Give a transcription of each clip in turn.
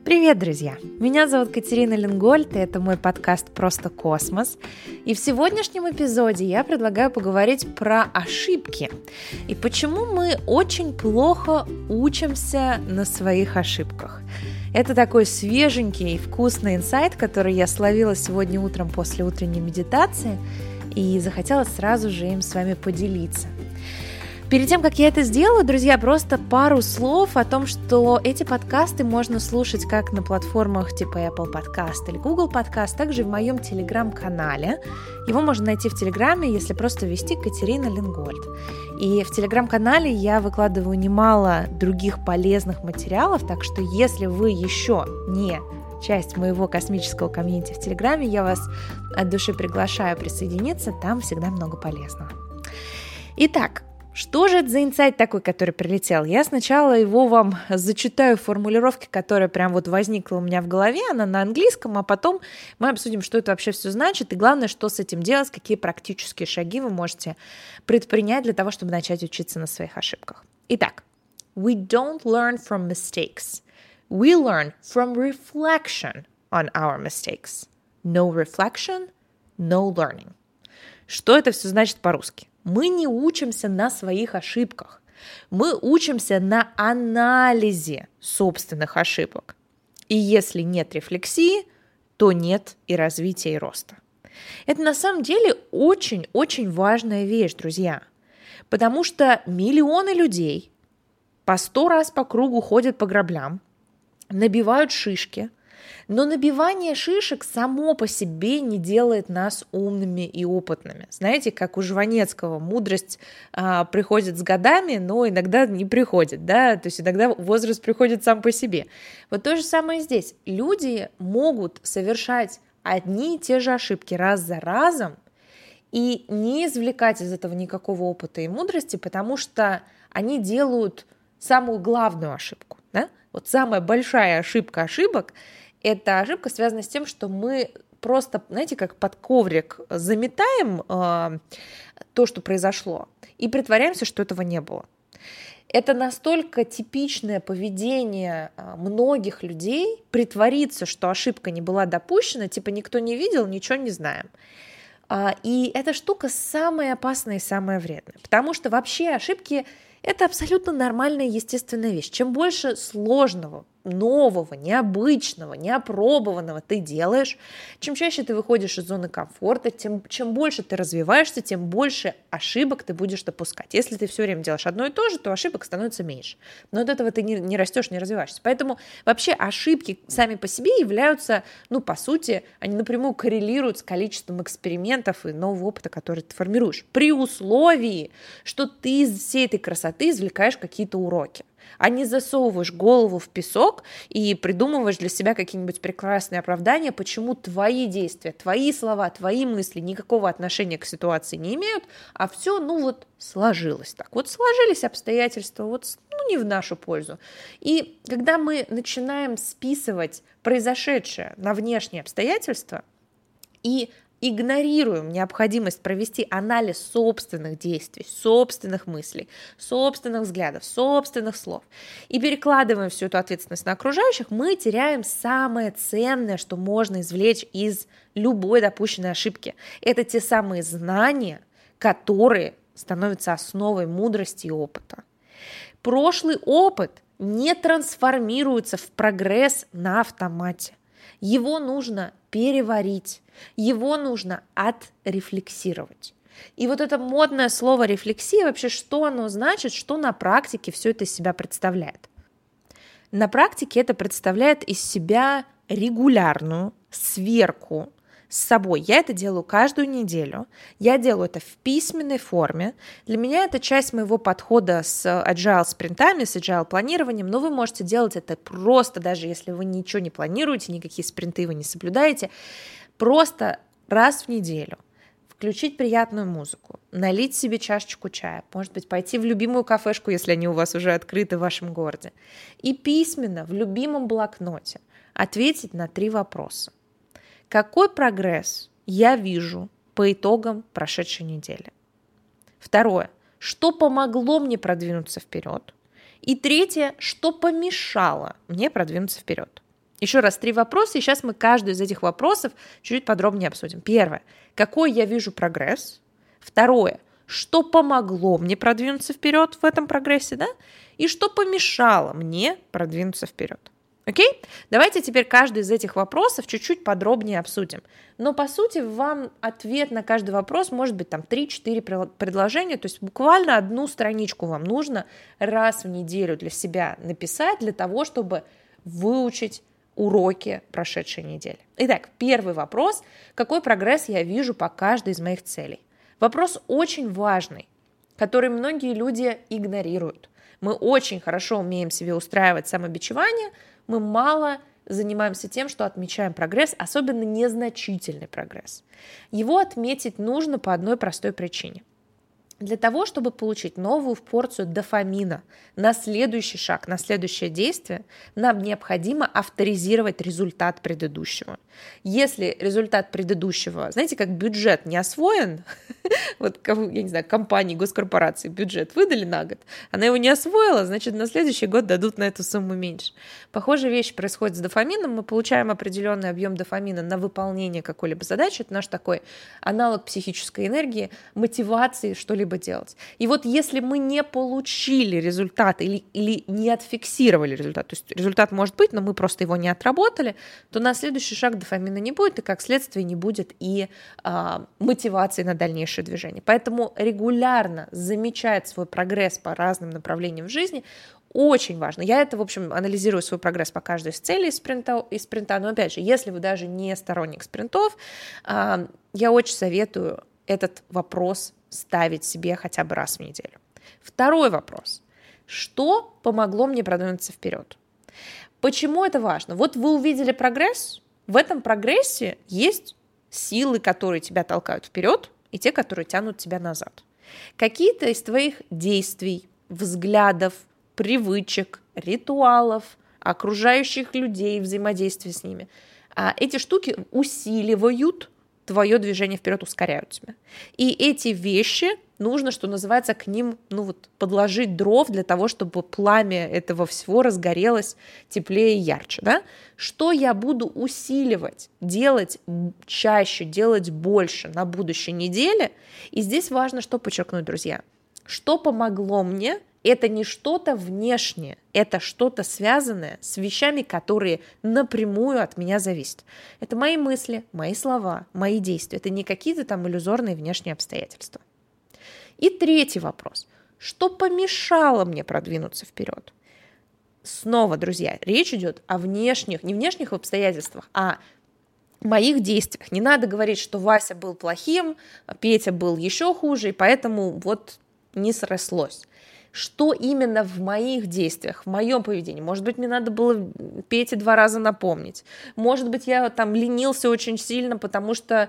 Привет, друзья! Меня зовут Катерина Ленгольд, и это мой подкаст «Просто космос». И в сегодняшнем эпизоде я предлагаю поговорить про ошибки и почему мы очень плохо учимся на своих ошибках. Это такой свеженький и вкусный инсайт, который я словила сегодня утром после утренней медитации и захотела сразу же им с вами поделиться. Перед тем, как я это сделаю, друзья, просто пару слов о том, что эти подкасты можно слушать как на платформах типа Apple Podcast или Google Podcast, также и в моем телеграм-канале. Его можно найти в телеграме, если просто ввести Катерина Ленгольд. И в телеграм-канале я выкладываю немало других полезных материалов, так что если вы еще не часть моего космического комьюнити в телеграме, я вас от души приглашаю присоединиться, там всегда много полезного. Итак, что же это за инсайт такой, который прилетел? Я сначала его вам зачитаю в формулировке, которая прям вот возникла у меня в голове, она на английском, а потом мы обсудим, что это вообще все значит, и главное, что с этим делать, какие практические шаги вы можете предпринять для того, чтобы начать учиться на своих ошибках. Итак, we don't learn from mistakes. We learn from reflection on our mistakes. No reflection, no learning. Что это все значит по-русски? Мы не учимся на своих ошибках. Мы учимся на анализе собственных ошибок. И если нет рефлексии, то нет и развития, и роста. Это на самом деле очень-очень важная вещь, друзья. Потому что миллионы людей по 100 раз по кругу ходят по граблям, набивают шишки, но набивание шишек само по себе не делает нас умными и опытными. Знаете, как у Жванецкого, мудрость приходит с годами, но иногда не приходит, да, то есть иногда возраст приходит сам по себе. Вот то же самое здесь. Люди могут совершать одни и те же ошибки раз за разом и не извлекать из этого никакого опыта и мудрости, потому что они делают самую главную ошибку, да? Вот самая большая ошибка ошибок – эта ошибка связана с тем, что мы просто, знаете, как под коврик заметаем то, что произошло, и притворяемся, что этого не было. Это настолько типичное поведение многих людей притвориться, что ошибка не была допущена, типа никто не видел, ничего не знаем. И эта штука самая опасная и самая вредная, потому что вообще ошибки – это абсолютно нормальная естественная вещь. Чем больше сложного, нового, необычного, неопробованного ты делаешь, чем чаще ты выходишь из зоны комфорта, чем больше ты развиваешься, тем больше ошибок ты будешь допускать. Если ты все время делаешь одно и то же, то ошибок становится меньше. Но от этого ты не растешь, не развиваешься. Поэтому вообще ошибки сами по себе являются, по сути, они напрямую коррелируют с количеством экспериментов и нового опыта, который ты формируешь. При условии, что ты из всей этой красоты извлекаешь какие-то уроки, а не засовываешь голову в песок и придумываешь для себя какие-нибудь прекрасные оправдания, почему твои действия, твои слова, твои мысли никакого отношения к ситуации не имеют, а все, сложилось так. Вот сложились обстоятельства, не в нашу пользу. И когда мы начинаем списывать произошедшее на внешние обстоятельства и игнорируем необходимость провести анализ собственных действий, собственных мыслей, собственных взглядов, собственных слов и перекладываем всю эту ответственность на окружающих, мы теряем самое ценное, что можно извлечь из любой допущенной ошибки. Это те самые знания, которые становятся основой мудрости и опыта. Прошлый опыт не трансформируется в прогресс на автомате. Его нужно переварить, его нужно отрефлексировать. И вот это модное слово рефлексия, вообще что оно значит, что на практике все это из себя представляет? На практике это представляет из себя регулярную сверку с собой. Я это делаю каждую неделю, я делаю это в письменной форме. Для меня это часть моего подхода с agile спринтами, с agile планированием, но вы можете делать это просто, даже если вы ничего не планируете, никакие спринты вы не соблюдаете, просто раз в неделю включить приятную музыку, налить себе чашечку чая, может быть, пойти в любимую кафешку, если они у вас уже открыты в вашем городе, и письменно в любимом блокноте ответить на 3 вопроса. Какой прогресс я вижу по итогам прошедшей недели? 2. Что помогло мне продвинуться вперед? И 3. Что помешало мне продвинуться вперед? Еще раз, 3 вопроса, и сейчас мы каждый из этих вопросов чуть подробнее обсудим. Первое. Какой я вижу прогресс? Второе. Что помогло мне продвинуться вперед в этом прогрессе, да? И что помешало мне продвинуться вперед? Окей? Давайте теперь каждый из этих вопросов чуть-чуть подробнее обсудим. Но, по сути, вам ответ на каждый вопрос может быть там 3-4 предложения, то есть буквально одну страничку вам нужно раз в неделю для себя написать, для того, чтобы выучить уроки прошедшей недели. Итак, первый вопрос. Какой прогресс я вижу по каждой из моих целей? Вопрос очень важный, который многие люди игнорируют. Мы очень хорошо умеем себе устраивать самобичевание, мы мало занимаемся тем, что отмечаем прогресс, особенно незначительный прогресс. Его отметить нужно по одной простой причине. Для того, чтобы получить новую порцию дофамина на следующий шаг, на следующее действие, нам необходимо авторизировать результат предыдущего. Если результат предыдущего, знаете, как бюджет не освоен, вот, я не знаю, компании, госкорпорации бюджет выдали на год, она его не освоила, значит, на следующий год дадут на эту сумму меньше. Похожая вещь происходит с дофамином, мы получаем определенный объем дофамина на выполнение какой-либо задачи, это наш такой аналог психической энергии, мотивации что-либо делать. И вот если мы не получили результат или не отфиксировали результат, то есть результат может быть, но мы просто его не отработали, то на следующий шаг дофамина не будет, и как следствие не будет и мотивации на дальнейшее движение. Поэтому регулярно замечать свой прогресс по разным направлениям в жизни очень важно. Я это, в общем, анализирую свой прогресс по каждой из целей из спринта, но опять же, если вы даже не сторонник спринтов, я очень советую этот вопрос ставить себе хотя бы раз в неделю. Второй вопрос. Что помогло мне продвинуться вперед? Почему это важно? Вот вы увидели прогресс, в этом прогрессе есть силы, которые тебя толкают вперед, и те, которые тянут тебя назад. Какие-то из твоих действий, взглядов, привычек, ритуалов, окружающих людей, взаимодействия с ними, эти штуки усиливают твое движение вперед, ускоряют тебя. И эти вещи нужно, что называется, к ним подложить дров для того, чтобы пламя этого всего разгорелось теплее и ярче. Да? Что я буду усиливать, делать чаще, делать больше на будущей неделе? И здесь важно что подчеркнуть, друзья. Что помогло мне? Это не что-то внешнее, это что-то связанное с вещами, которые напрямую от меня зависят. Это мои мысли, мои слова, мои действия. Это не какие-то там иллюзорные внешние обстоятельства. И третий вопрос. Что помешало мне продвинуться вперед? Снова, друзья, речь идет о внешних, не внешних обстоятельствах, а моих действиях. Не надо говорить, что Вася был плохим, Петя был еще хуже, и поэтому вот не срослось. Что именно в моих действиях, в моем поведении? Может быть, мне надо было Пете 2 раза напомнить. Может быть, я там ленился очень сильно, потому что,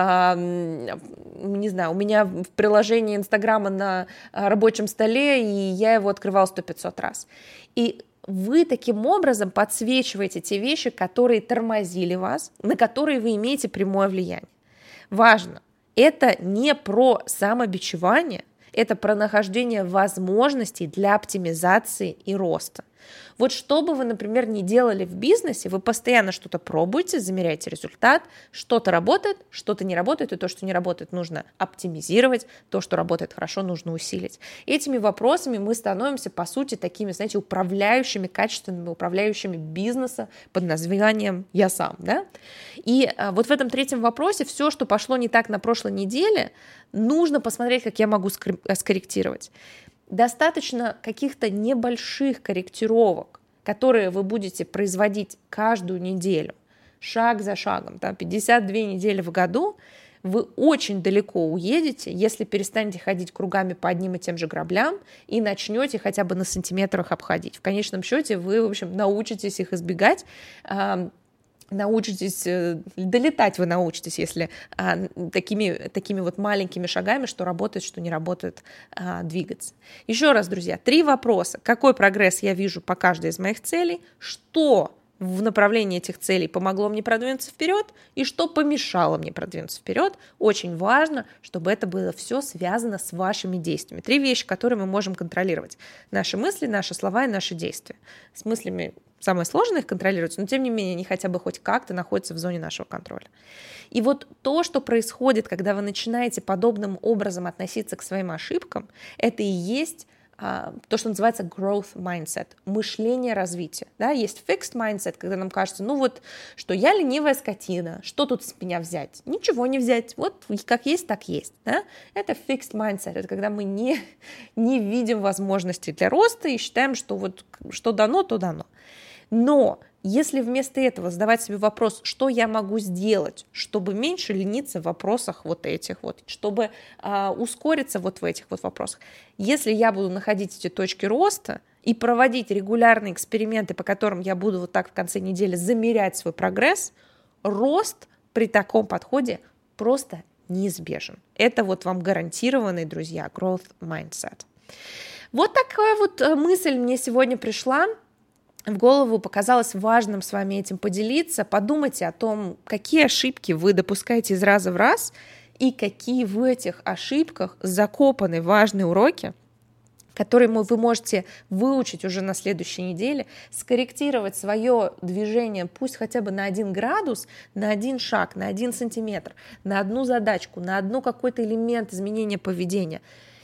не знаю, у меня в приложении Инстаграма на рабочем столе, и я его открывал 100-500 раз. И вы таким образом подсвечиваете те вещи, которые тормозили вас, на которые вы имеете прямое влияние. Важно, это не про самобичевание, это про нахождение возможностей для оптимизации и роста. Вот что бы вы, например, ни делали в бизнесе, вы постоянно что-то пробуете, замеряете результат, что-то работает, что-то не работает, и то, что не работает, нужно оптимизировать, то, что работает хорошо, нужно усилить. Этими вопросами мы становимся, по сути, такими, знаете, управляющими, качественными управляющими бизнеса под названием «Я сам». Да? И вот в этом третьем вопросе все, что пошло не так на прошлой неделе, нужно посмотреть, как я могу скорректировать. Достаточно каких-то небольших корректировок, которые вы будете производить каждую неделю, шаг за шагом, там 52 недели в году, вы очень далеко уедете, если перестанете ходить кругами по одним и тем же граблям и начнете хотя бы на сантиметрах обходить. В конечном счете вы, в общем, научитесь их избегать, научитесь, долетать вы научитесь, если такими вот маленькими шагами, что работает, что не работает, двигаться. Еще раз, друзья, 3 вопроса. Какой прогресс я вижу по каждой из моих целей? Что в направлении этих целей помогло мне продвинуться вперед и что помешало мне продвинуться вперед? Очень важно, чтобы это было все связано с вашими действиями. 3 вещи, которые мы можем контролировать. Наши мысли, наши слова и наши действия. С мыслями самое сложное их контролировать, но тем не менее они хотя бы хоть как-то находятся в зоне нашего контроля. И вот то, что происходит, когда вы начинаете подобным образом относиться к своим ошибкам, это и есть то, что называется growth mindset, мышление развития. Да? Есть fixed mindset, когда нам кажется, что я ленивая скотина, что тут с меня взять? Ничего не взять, вот как есть, так есть. Да? Это fixed mindset, это когда мы не видим возможностей для роста и считаем, что что дано, то дано. Но если вместо этого задавать себе вопрос, что я могу сделать, чтобы меньше лениться в вопросах чтобы ускориться в этих вопросах, если я буду находить эти точки роста и проводить регулярные эксперименты, по которым я буду в конце недели замерять свой прогресс, рост при таком подходе просто неизбежен. Это вам гарантированный, друзья, growth mindset. Вот такая мысль мне сегодня пришла. В голову показалось важным с вами этим поделиться. Подумайте о том, какие ошибки вы допускаете из раза в раз и какие в этих ошибках закопаны важные уроки, которые вы можете выучить уже на следующей неделе, скорректировать свое движение, пусть хотя бы на 1 градус, на 1 шаг, на 1 сантиметр, на одну задачку, на одну какой-то элемент изменения поведения.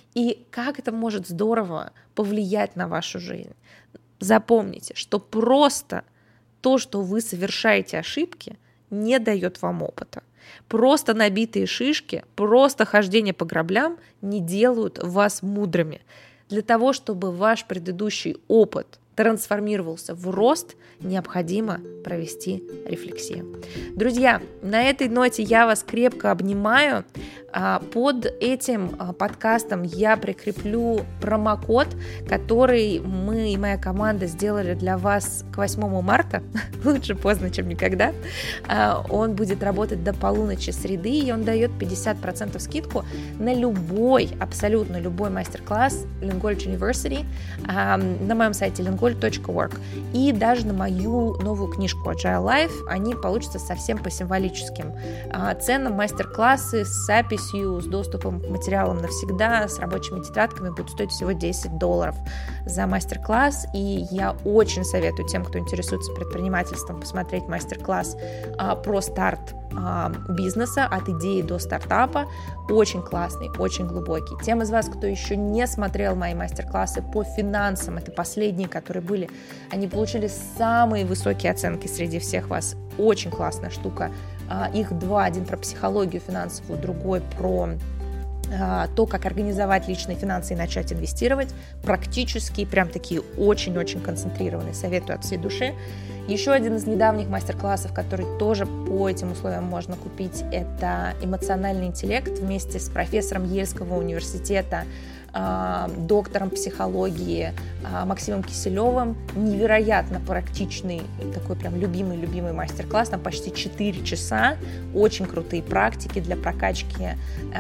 И как это может здорово повлиять на вашу жизнь. Запомните, что просто то, что вы совершаете ошибки, не дает вам опыта. Просто набитые шишки, просто хождение по граблям не делают вас мудрыми. Для того, чтобы ваш предыдущий опыт трансформировался в рост, необходимо провести рефлексию. Друзья, на этой ноте я вас крепко обнимаю. Под этим подкастом я прикреплю промокод, который мы и моя команда сделали для вас к 8 марта. Лучше поздно, чем никогда. Он будет работать до полуночи среды, и он дает 50% скидку на абсолютно любой мастер-класс Lingold University на моем сайте lingold.org. И даже на мою новую книжку Agile Life они получатся совсем по символическим ценам. Мастер-классы с записью, с доступом к материалам навсегда, с рабочими тетрадками будут стоить всего $10 за мастер-класс. И я очень советую тем, кто интересуется предпринимательством, посмотреть мастер-класс про старт бизнеса от идеи до стартапа. Очень классный, очень глубокий. Тем из вас, кто еще не смотрел мои мастер-классы по финансам, это последние, которые были, они получили самые высокие оценки среди всех вас. Очень классная штука. Их 2, один про психологию финансовую, другой про то, как организовать личные финансы и начать инвестировать. Практически, прям такие очень-очень концентрированные, советую от всей души. Еще один из недавних мастер-классов, который тоже по этим условиям можно купить, это эмоциональный интеллект вместе с профессором Ельского университета, доктором психологии Максимом Киселевым. Невероятно практичный, такой прям любимый мастер-класс, там почти 4 часа, очень крутые практики для прокачки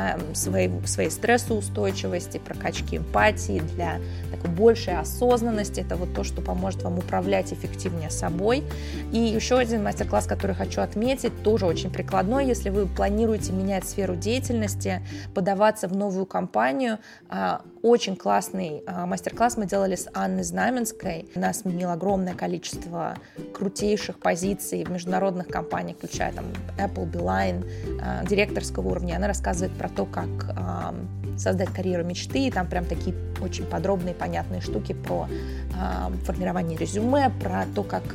своей стрессоустойчивости, прокачки эмпатии, для такой большей осознанности. Это то, что поможет вам управлять эффективнее собой. И еще один мастер-класс, который хочу отметить, тоже очень прикладной, если вы планируете менять сферу деятельности, подаваться в новую компанию. Очень классный мастер-класс мы делали с Анной Знаменской. Она сменила огромное количество крутейших позиций в международных компаниях, включая Apple, Beeline, директорского уровня. Она рассказывает про то, как создать карьеру мечты, и там прям такие очень подробные, понятные штуки про формирование резюме, про то, как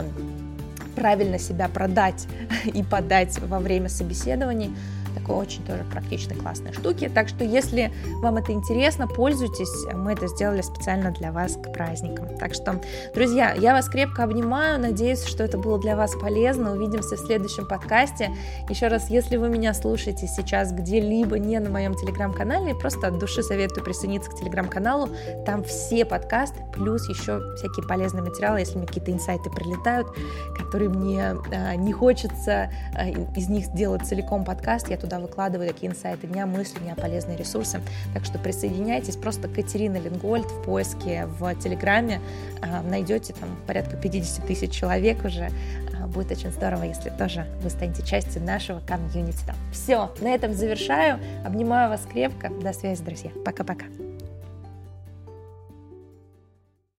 правильно себя продать и подать во время собеседований. Такой очень тоже практичной, классной штуки. Так что, если вам это интересно, пользуйтесь. Мы это сделали специально для вас к праздникам. Так что, друзья, я вас крепко обнимаю. Надеюсь, что это было для вас полезно. Увидимся в следующем подкасте. Еще раз, если вы меня слушаете сейчас где-либо не на моем телеграм-канале, просто от души советую присоединиться к телеграм-каналу. Там все подкасты, плюс еще всякие полезные материалы, если мне какие-то инсайты прилетают, которые мне не хочется из них сделать целиком подкаст. Я туда выкладываю такие инсайты дня, мысли, дня, полезные ресурсы. Так что присоединяйтесь, просто Катерина Ленгольд в поиске в Телеграме найдете, там порядка 50 тысяч человек уже. Будет очень здорово, если тоже вы станете частью нашего комьюнити. Все, на этом завершаю. Обнимаю вас крепко. До связи, друзья. Пока-пока.